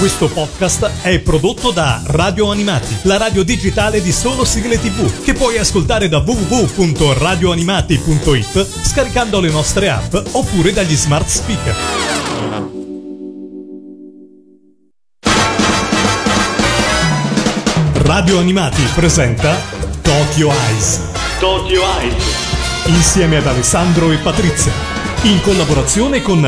Questo podcast è prodotto da Radio Animati, la radio digitale di solo sigle TV, che puoi ascoltare da www.radioanimati.it scaricando le nostre app oppure dagli smart speaker. Radio Animati presenta Tokyo Eyes. Tokyo Eyes. Insieme ad Alessandro e Patrizia, in collaborazione con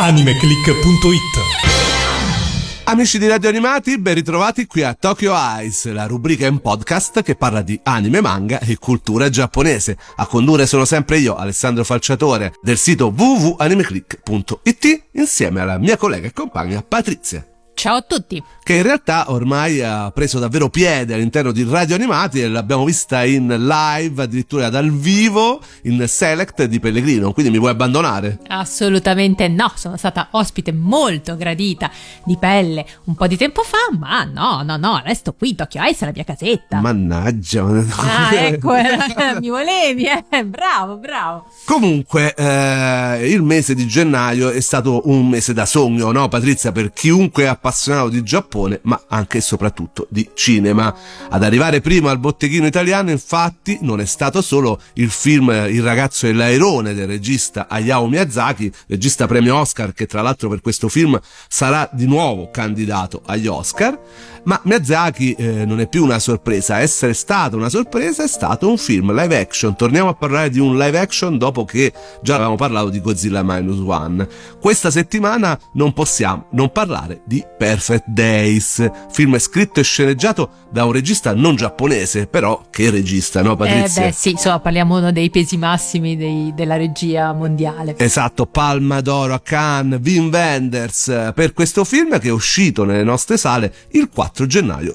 animeclick.it. Amici di Radio Animati, ben ritrovati qui a Tokyo Eyes, la rubrica in podcast che parla di anime, manga e cultura giapponese. A condurre sono sempre io, Alessandro Falciatore, del sito www.animeclick.it, insieme alla mia collega e compagna Patrizia. Ciao a tutti! Che in realtà ormai ha preso davvero piede all'interno di Radio Animati e l'abbiamo vista in live, addirittura dal vivo, in Select di Pellegrino. Quindi mi vuoi abbandonare? Assolutamente no, sono stata ospite molto gradita di Pelle un po' di tempo fa, ma no, resto qui, Tokyo Eyes è la mia casetta. Mannaggia! Ah, ecco, mi volevi, bravo! Comunque, il mese di gennaio è stato un mese da sogno, no Patrizia? Per chiunque è appassionato di Giappone, ma anche e soprattutto di cinema. Ad arrivare prima al botteghino italiano, infatti, non è stato solo il film Il ragazzo e l'airone del regista Hayao Miyazaki, regista premio Oscar, che tra l'altro per questo film sarà di nuovo candidato agli Oscar. Ma Miyazaki non è più una sorpresa. Essere stata una sorpresa è stato un film live action. Torniamo a parlare di un live action dopo che già avevamo parlato di Godzilla Minus One. Questa settimana non possiamo non parlare di Perfect Days, film scritto e sceneggiato da un regista non giapponese, però che regista, no Patrizia? Sì, insomma, parliamo dei pesi massimi della regia mondiale. Esatto, Palma d'Oro a Cannes, Wim Wenders, per questo film che è uscito nelle nostre sale il 4 gennaio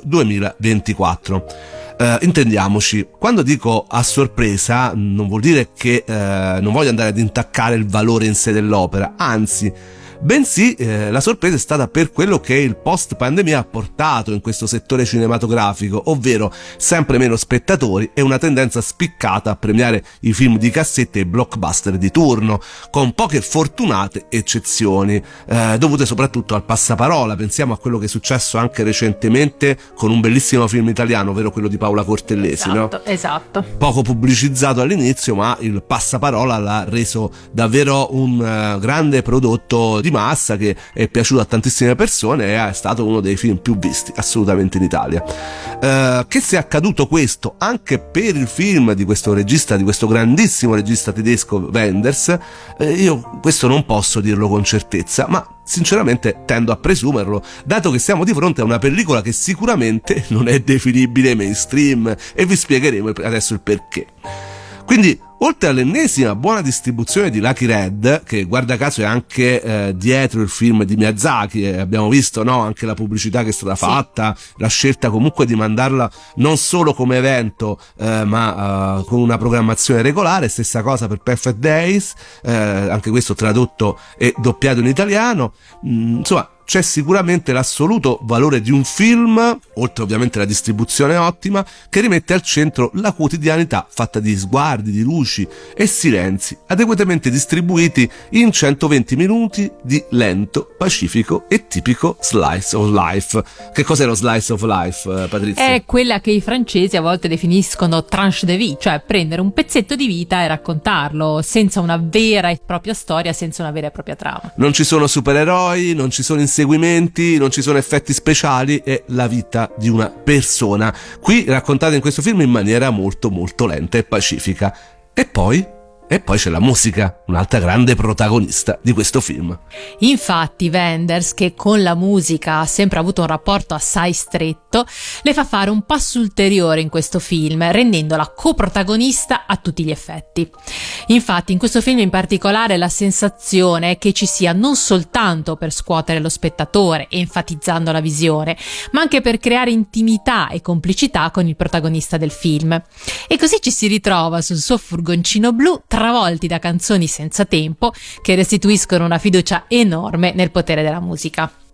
2024. Intendiamoci, quando dico a sorpresa non vuol dire che non voglio andare ad intaccare il valore in sé dell'opera, anzi, bensì la sorpresa è stata per quello che il post pandemia ha portato in questo settore cinematografico, ovvero sempre meno spettatori e una tendenza spiccata a premiare i film di cassette e i blockbuster di turno, con poche fortunate eccezioni, dovute soprattutto al passaparola. Pensiamo a quello che è successo anche recentemente con un bellissimo film italiano, ovvero quello di Paola Cortellesi, Esatto. Poco pubblicizzato all'inizio, ma il passaparola l'ha reso davvero un grande prodotto di massa che è piaciuto a tantissime persone e è stato uno dei film più visti assolutamente in Italia. Che sia accaduto questo anche per il film di questo regista, di questo grandissimo regista tedesco Wenders, io questo non posso dirlo con certezza, ma sinceramente tendo a presumerlo, dato che siamo di fronte a una pellicola che sicuramente non è definibile mainstream, e vi spiegheremo adesso il perché. Quindi, oltre all'ennesima buona distribuzione di Lucky Red, che guarda caso è anche dietro il film di Miyazaki, abbiamo visto, no, anche la pubblicità che è stata fatta, la scelta comunque di mandarla non solo come evento, ma con una programmazione regolare. Stessa cosa per Perfect Days, anche questo tradotto e doppiato in italiano. Insomma, c'è sicuramente l'assoluto valore di un film, oltre ovviamente alla distribuzione ottima, che rimette al centro la quotidianità fatta di sguardi, di luci e silenzi adeguatamente distribuiti in 120 minuti di lento, pacifico e tipico slice of life. Che cos'è lo slice of life, Patrizia? È quella che i francesi a volte definiscono tranche de vie, cioè prendere un pezzetto di vita e raccontarlo senza una vera e propria storia, senza una vera e propria trama. Non ci sono supereroi, non ci sono inseguimenti, non ci sono effetti speciali, è la vita di una persona, qui raccontata in questo film in maniera molto molto lenta e pacifica. E poi c'è la musica, un'altra grande protagonista di questo film. Infatti Wenders, che con la musica ha sempre avuto un rapporto assai stretto, le fa fare un passo ulteriore in questo film, rendendola coprotagonista a tutti gli effetti. Infatti in questo film in particolare la sensazione è che ci sia non soltanto per scuotere lo spettatore, enfatizzando la visione, ma anche per creare intimità e complicità con il protagonista del film. E così ci si ritrova sul suo furgoncino blu travolti da canzoni senza tempo che restituiscono una fiducia enorme nel potere della musica.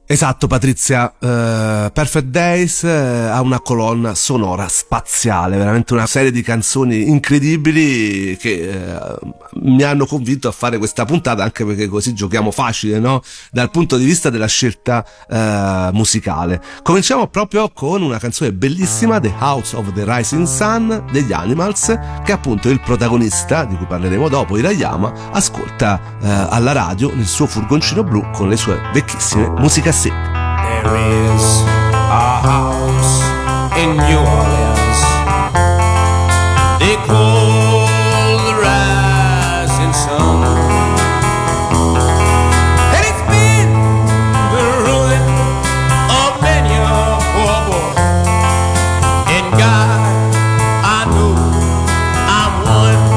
Esatto, Patrizia, Perfect Days ha una colonna sonora spaziale, veramente una serie di canzoni incredibili che mi hanno convinto a fare questa puntata, anche perché così giochiamo facile, no? Dal punto di vista della scelta musicale. Cominciamo proprio con una canzone bellissima, The House of the Rising Sun degli Animals, che appunto il protagonista, di cui parleremo dopo, Hirayama, ascolta alla radio nel suo furgoncino blu con le sue vecchissime musicassette. There is a house in New Orleans they call the Rising Sun, and it's been the ruin of many a poor boy. And God, I know I'm one.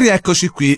rieccoci qui,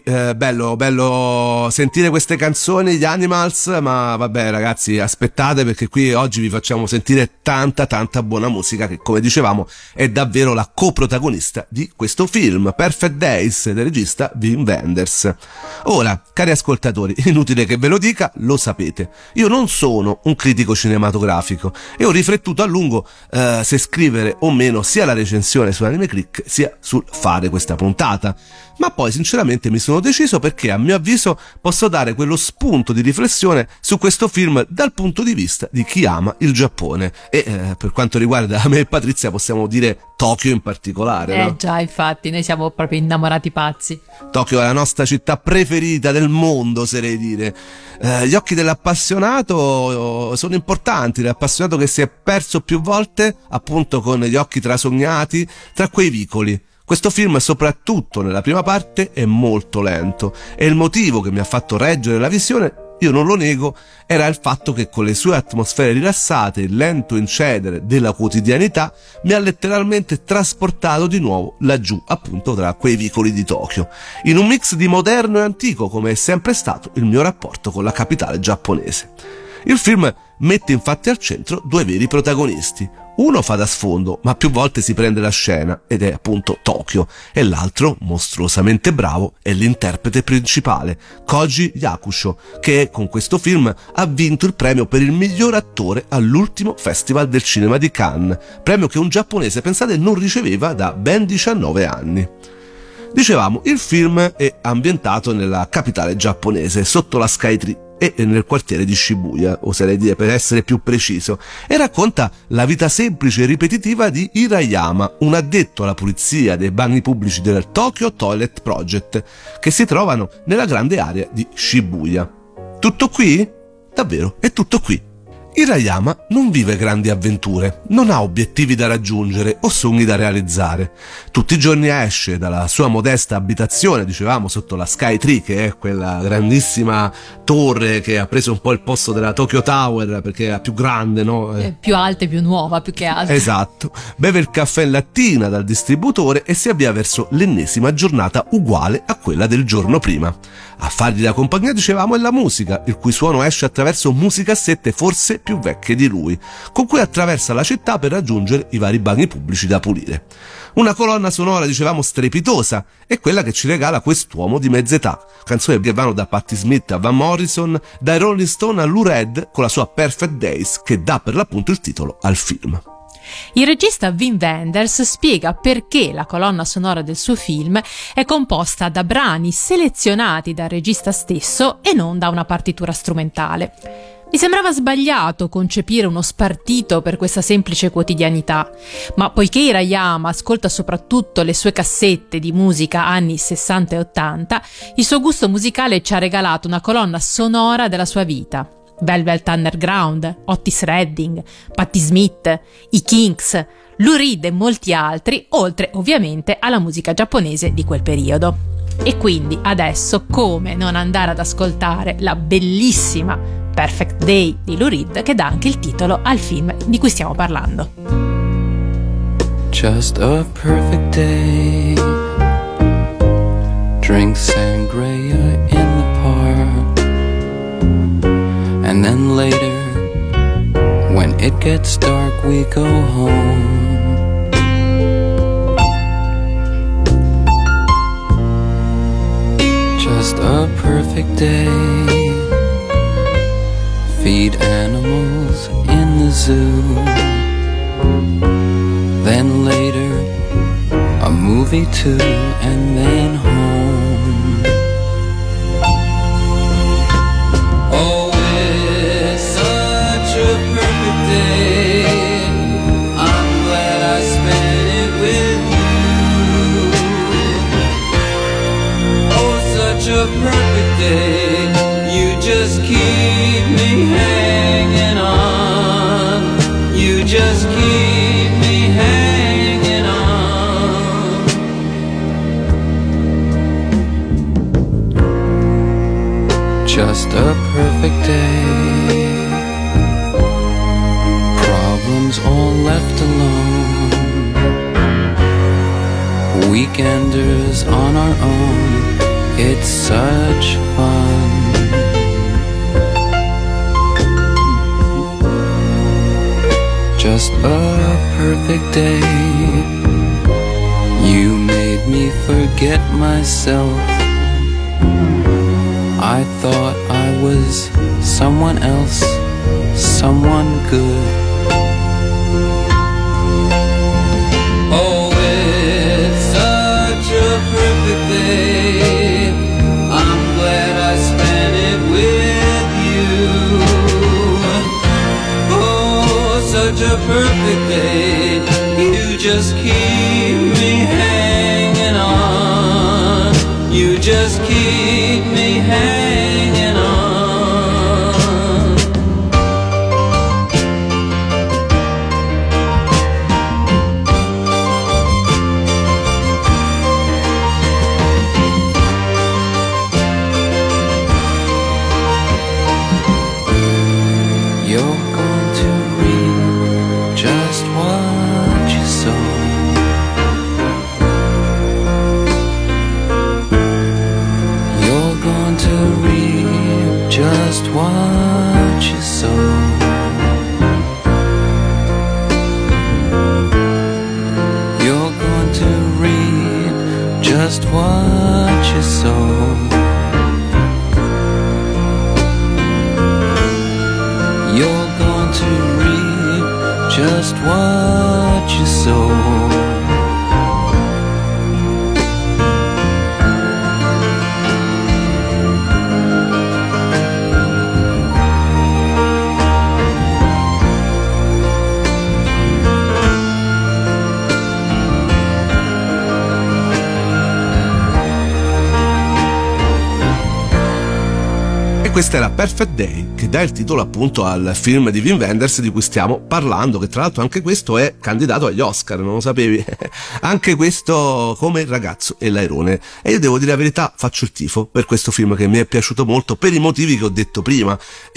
bello sentire queste canzoni, gli Animals, ma vabbè ragazzi, aspettate perché qui oggi vi facciamo sentire tanta buona musica che, come dicevamo, è davvero la coprotagonista di questo film, Perfect Days, del regista Wim Wenders. Ora, cari ascoltatori, inutile che ve lo dica, lo sapete, io non sono un critico cinematografico e ho riflettuto a lungo se scrivere o meno sia la recensione su Anime Click sia sul fare questa puntata. Ma poi sinceramente mi sono deciso perché a mio avviso posso dare quello spunto di riflessione su questo film dal punto di vista di chi ama il Giappone e per quanto riguarda me e Patrizia possiamo dire Tokyo in particolare, no? Già, infatti, noi siamo proprio innamorati pazzi. Tokyo è la nostra città preferita del mondo, oserei dire. Gli occhi dell'appassionato sono importanti, l'appassionato che si è perso più volte appunto con gli occhi trasognati tra quei vicoli. Questo film, soprattutto nella prima parte, è molto lento e il motivo che mi ha fatto reggere la visione, io non lo nego, era il fatto che con le sue atmosfere rilassate e il lento incedere della quotidianità mi ha letteralmente trasportato di nuovo laggiù, appunto tra quei vicoli di Tokyo, in un mix di moderno e antico come è sempre stato il mio rapporto con la capitale giapponese. Il film mette infatti al centro due veri protagonisti. Uno fa da sfondo, ma più volte si prende la scena, ed è appunto Tokyo, e l'altro, mostruosamente bravo, è l'interprete principale, Koji Yakusho, che con questo film ha vinto il premio per il miglior attore all'ultimo Festival del Cinema di Cannes, premio che un giapponese, pensate, non riceveva da ben 19 anni. Dicevamo, il film è ambientato nella capitale giapponese, sotto la Skytree, e nel quartiere di Shibuya, oserei dire per essere più preciso, e racconta la vita semplice e ripetitiva di Hirayama, un addetto alla pulizia dei bagni pubblici del Tokyo Toilet Project, che si trovano nella grande area di Shibuya. Tutto qui? Davvero, è tutto qui. Hirayama non vive grandi avventure, non ha obiettivi da raggiungere o sogni da realizzare. Tutti i giorni esce dalla sua modesta abitazione, dicevamo, sotto la Skytree, che è quella grandissima torre che ha preso un po' il posto della Tokyo Tower perché è la più grande, no? È più alta e più nuova, più che alta. Esatto. Beve il caffè in lattina dal distributore e si avvia verso l'ennesima giornata uguale a quella del giorno prima. A fargli la compagnia, dicevamo, è la musica, il cui suono esce attraverso musicassette forse più vecchie di lui, con cui attraversa la città per raggiungere i vari bagni pubblici da pulire. Una colonna sonora, dicevamo, strepitosa, è quella che ci regala quest'uomo di mezz'età. Canzoni che vanno da Patti Smith a Van Morrison, dai Rolling Stone a Lou Reed con la sua Perfect Days, che dà per l'appunto il titolo al film. Il regista Wim Wenders spiega perché la colonna sonora del suo film è composta da brani selezionati dal regista stesso e non da una partitura strumentale. Mi sembrava sbagliato concepire uno spartito per questa semplice quotidianità, ma poiché Hirayama ascolta soprattutto le sue cassette di musica anni 60 e 80, il suo gusto musicale ci ha regalato una colonna sonora della sua vita. Velvet Underground, Otis Redding, Patti Smith, i Kinks, Lou Reed e molti altri, oltre ovviamente alla musica giapponese di quel periodo. E quindi adesso come non andare ad ascoltare la bellissima Perfect Day di Lou Reed, che dà anche il titolo al film di cui stiamo parlando. Just a perfect day. Drink sangria in the park. And then later, when it gets dark, we go home. Just a perfect day. Feed animals in the zoo. Then later, a movie too, and then home. Oh, it's such a perfect day. I'm glad I spent it with you. Oh, such a perfect day. You just keep me hanging on. You just keep me hanging on. Just a perfect day. Problems all left alone. Weekenders on our own. It's such fun. Just a perfect day. You made me forget myself. I thought I was someone else, someone good. Oh, it's such a perfect day. I'm glad I spent it with you. Oh, such a perfect day. You just keep me hanging on. You just keep me hanging on. You're going to reap just what you sow. You're going to reap just what you sow. You're going to reap just what you sow. You're going to reap just what you sow. Questa era Perfect Day, che dà il titolo appunto al film di Wim Wenders di cui stiamo parlando, che tra l'altro anche questo è candidato agli Oscar, non lo sapevi? Anche questo come Il ragazzo e l'airone. E io devo dire la verità, faccio il tifo per questo film che mi è piaciuto molto per i motivi che ho detto prima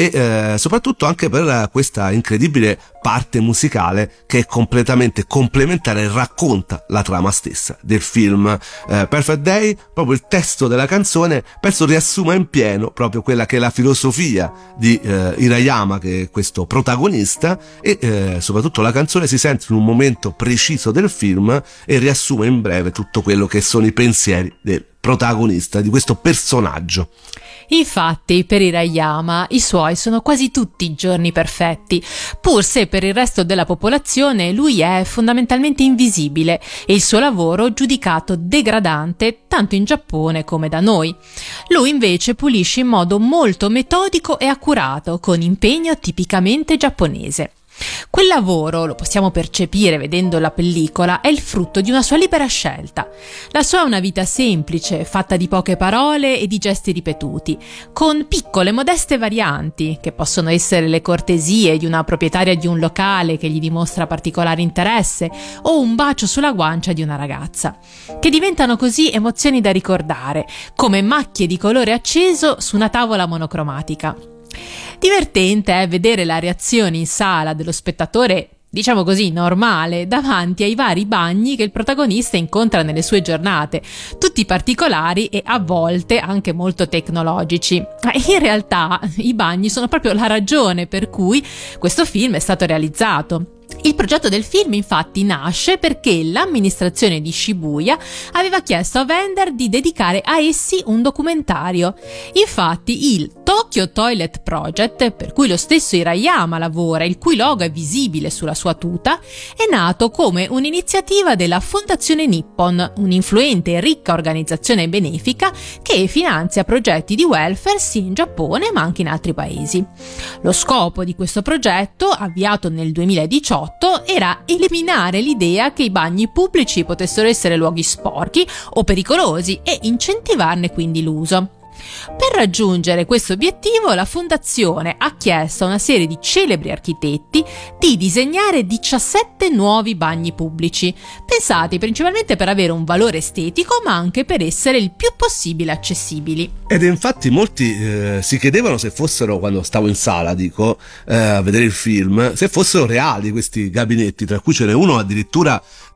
e soprattutto anche per questa incredibile parte musicale che è completamente complementare e racconta la trama stessa del film. Perfect Day, proprio il testo della canzone penso riassuma in pieno proprio quella che è la filosofia di Hirayama, che è questo protagonista, e soprattutto la canzone si sente in un momento preciso del film e riassume in breve tutto quello che sono i pensieri del protagonista, di questo personaggio. Infatti, per Hirayama i suoi sono quasi tutti giorni perfetti, pur se per il resto della popolazione lui è fondamentalmente invisibile e il suo lavoro giudicato degradante tanto in Giappone come da noi. Lui invece pulisce in modo molto metodico e accurato, con impegno tipicamente giapponese. Quel lavoro, lo possiamo percepire vedendo la pellicola, è il frutto di una sua libera scelta. La sua è una vita semplice, fatta di poche parole e di gesti ripetuti, con piccole modeste varianti, che possono essere le cortesie di una proprietaria di un locale che gli dimostra particolare interesse o un bacio sulla guancia di una ragazza, che diventano così emozioni da ricordare, come macchie di colore acceso su una tavola monocromatica. Divertente è vedere la reazione in sala dello spettatore, diciamo così, normale, davanti ai vari bagni che il protagonista incontra nelle sue giornate, tutti particolari e a volte anche molto tecnologici. In realtà i bagni sono proprio la ragione per cui questo film è stato realizzato. Il progetto del film infatti nasce perché l'amministrazione di Shibuya aveva chiesto a Wenders di dedicare a essi un documentario. Infatti il Tokyo Toilet Project, per cui lo stesso Hirayama lavora, il cui logo è visibile sulla sua tuta, è nato come un'iniziativa della Fondazione Nippon, un'influente e ricca organizzazione benefica che finanzia progetti di welfare sia in Giappone ma anche in altri paesi. Lo scopo di questo progetto, avviato nel 2018, era eliminare l'idea che i bagni pubblici potessero essere luoghi sporchi o pericolosi e incentivarne quindi l'uso. Per raggiungere questo obiettivo, la fondazione ha chiesto a una serie di celebri architetti di disegnare 17 nuovi bagni pubblici, pensati principalmente per avere un valore estetico ma anche per essere il più possibile accessibili. Ed infatti molti si chiedevano se fossero, quando stavo in sala a vedere il film, se fossero reali questi gabinetti, tra cui ce n'è uno addirittura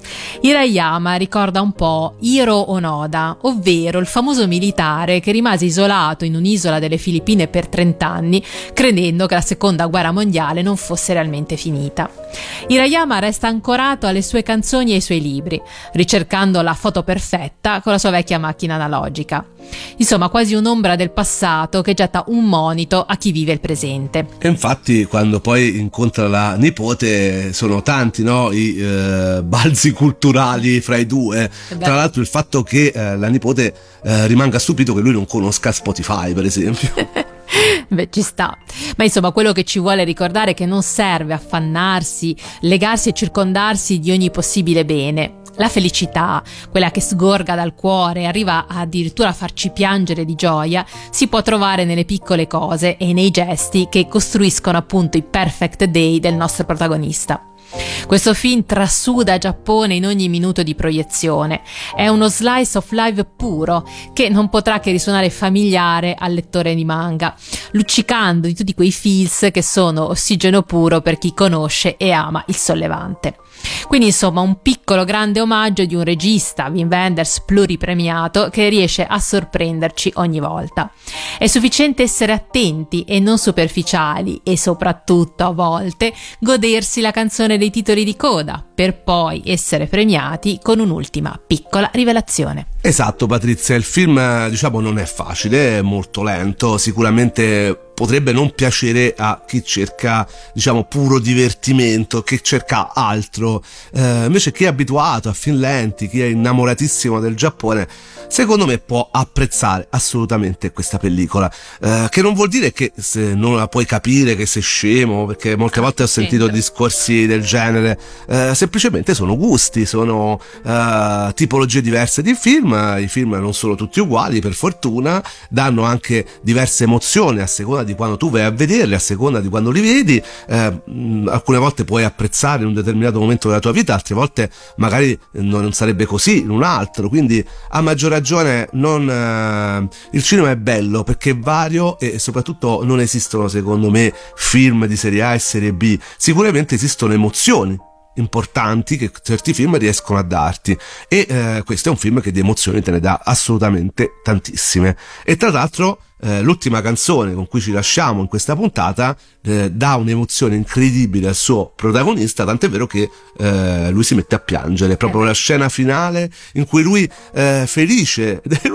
Hirayama ricorda un po' Hiro Onoda, ovvero il famoso militare che rimase isolato in un'isola delle Filippine per 30 anni, credendo che la seconda guerra mondiale non fosse realmente finita. Hirayama resta ancorato alle sue canzoni e ai suoi libri, ricercando la foto perfetta con la sua vecchia macchina analogica. Insomma, quasi un'ombra del passato che getta un monito a chi vive il presente. E infatti quando poi incontra la nipote sono tanti, no, i balzi culturali fra i due. Tra l'altro il fatto che la nipote rimanga stupito che lui non conosca Spotify, per esempio. Beh, ci sta. Ma insomma, quello che ci vuole ricordare è che non serve affannarsi, legarsi e circondarsi di ogni possibile bene. La felicità, quella che sgorga dal cuore e arriva addirittura a farci piangere di gioia, si può trovare nelle piccole cose e nei gesti che costruiscono appunto i perfect day del nostro protagonista. Questo film trasuda Giappone in ogni minuto di proiezione. È uno slice of life puro che non potrà che risuonare familiare al lettore di manga, luccicando di tutti quei feels che sono ossigeno puro per chi conosce e ama il sollevante. Quindi insomma un piccolo grande omaggio di un regista, Wim Wenders, pluripremiato, che riesce a sorprenderci ogni volta. È sufficiente essere attenti e non superficiali e soprattutto a volte godersi la canzone dei titoli di coda per poi essere premiati con un'ultima piccola rivelazione. Esatto, Patrizia, il film diciamo non è facile, è molto lento, sicuramente potrebbe non piacere a chi cerca diciamo puro divertimento, chi cerca altro, invece chi è abituato a film lenti, chi è innamoratissimo del Giappone, secondo me può apprezzare assolutamente questa pellicola, che non vuol dire che se non la puoi capire che sei scemo, perché molte volte ho sentito discorsi del genere, semplicemente sono gusti, sono tipologie diverse di film. I film non sono tutti uguali, per fortuna, danno anche diverse emozioni a seconda di quando tu vai a vederli, a seconda di quando li vedi. Alcune volte puoi apprezzare in un determinato momento della tua vita, altre volte magari non sarebbe così in un altro, quindi a maggior ragione il cinema è bello perché è vario e soprattutto non esistono secondo me film di serie A e serie B, sicuramente esistono emozioni importanti che certi film riescono a darti e questo è un film che di emozioni te ne dà assolutamente tantissime. E tra l'altro l'ultima canzone con cui ci lasciamo in questa puntata dà un'emozione incredibile al suo protagonista, tant'è vero che lui si mette a piangere, proprio la scena finale in cui lui è felice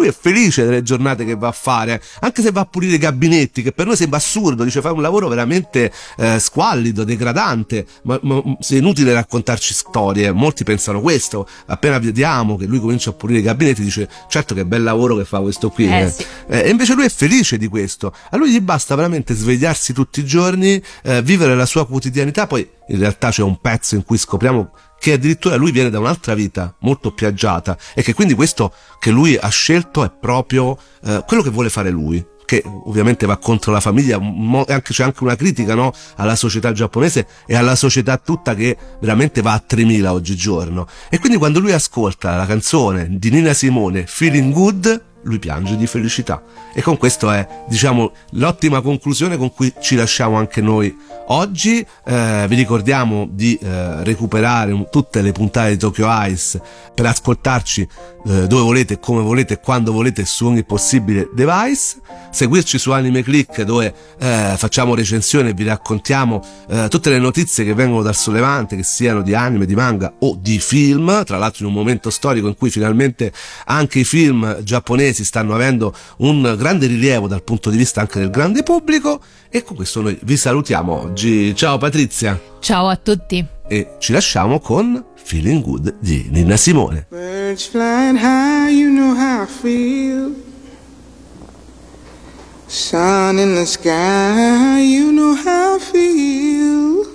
delle giornate che va a fare, anche se va a pulire i gabinetti, che per noi sembra assurdo, dice fai un lavoro veramente squallido, degradante, ma è inutile raccontarci storie, molti pensano questo, appena vediamo che lui comincia a pulire i gabinetti dice certo che bel lavoro che fa questo qui, sì. E invece lui è felice di questo, a lui gli basta veramente svegliarsi tutti i giorni, vivere la sua quotidianità. Poi in realtà c'è un pezzo in cui scopriamo che addirittura lui viene da un'altra vita molto più agiata e che quindi questo che lui ha scelto è proprio quello che vuole fare lui, che ovviamente va contro la famiglia, c'è anche una critica, no, alla società giapponese e alla società tutta che veramente va a 3000 oggigiorno. E quindi quando lui ascolta la canzone di Nina Simone Feeling Good, lui piange di felicità. E con questo è, diciamo, l'ottima conclusione con cui ci lasciamo anche noi oggi. Vi ricordiamo di recuperare tutte le puntate di Tokyo Eyes per ascoltarci dove volete, come volete, quando volete, su ogni possibile device. Seguirci su Anime Click, dove facciamo recensioni e vi raccontiamo tutte le notizie che vengono dal sollevante, che siano di anime, di manga o di film. Tra l'altro in un momento storico in cui finalmente anche i film giapponesi stanno avendo un grande rilievo dal punto di vista anche del grande pubblico. E con questo noi vi salutiamo oggi. Ciao Patrizia. Ciao a tutti. E ci lasciamo con Feeling Good di Nina Simone. Birds flying high, you know how I feel. Sun in the sky, you know how I feel.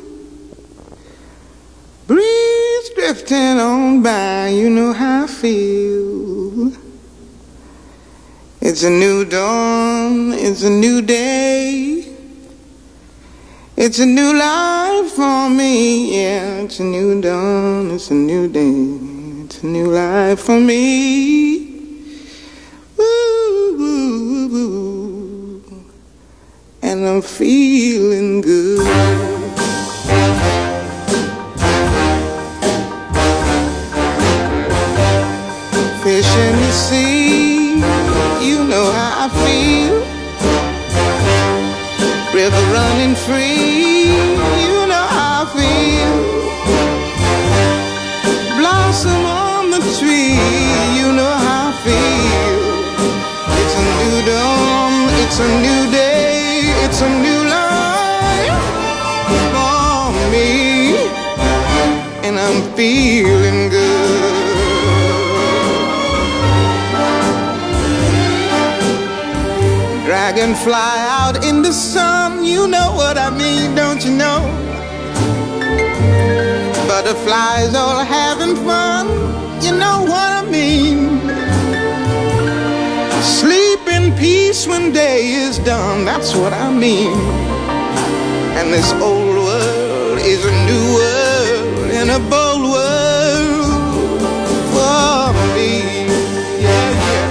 Breeze drifting on by, you know how I feel. It's a new dawn, it's a new day. It's a new life for me, yeah. It's a new dawn, it's a new day. It's a new life for me. Woo, woo, woo. And I'm feeling good. river running free, you know how I feel. Blossom on the tree, you know how I feel. It's a new dawn, it's a new day, it's a new life for me, and I'm feeling good. Dragonfly out in the sun, you know what I mean, don't you know? Butterflies all having fun, you know what I mean. Sleep in peace when day is done, that's what I mean. And this old world is a new world, and a bold world for me. Yeah, yeah.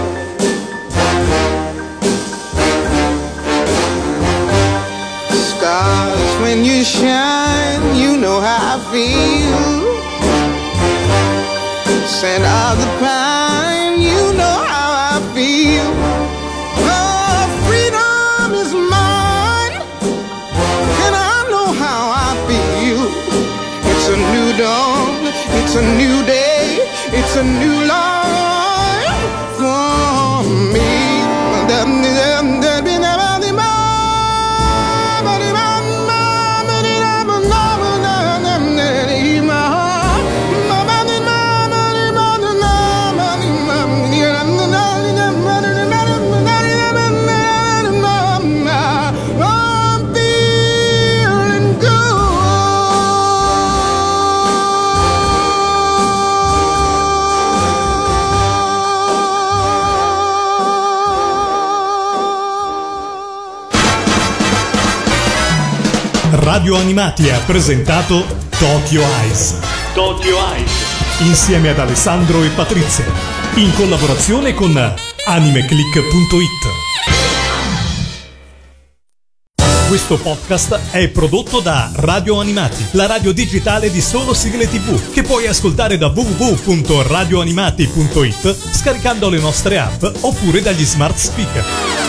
Stars, when you shine, you know how I feel. Scent of the pine, you know how I feel. Oh, freedom is mine, and I know how I feel. It's a new dawn, it's a new day, it's a new life for me. Radio Animati ha presentato Tokyo Eyes. Tokyo Eyes. Insieme ad Alessandro e Patrizia. In collaborazione con animeclick.it. Questo podcast è prodotto da Radio Animati, la radio digitale di solo sigle TV, che puoi ascoltare da www.radioanimati.it scaricando le nostre app oppure dagli smart speaker.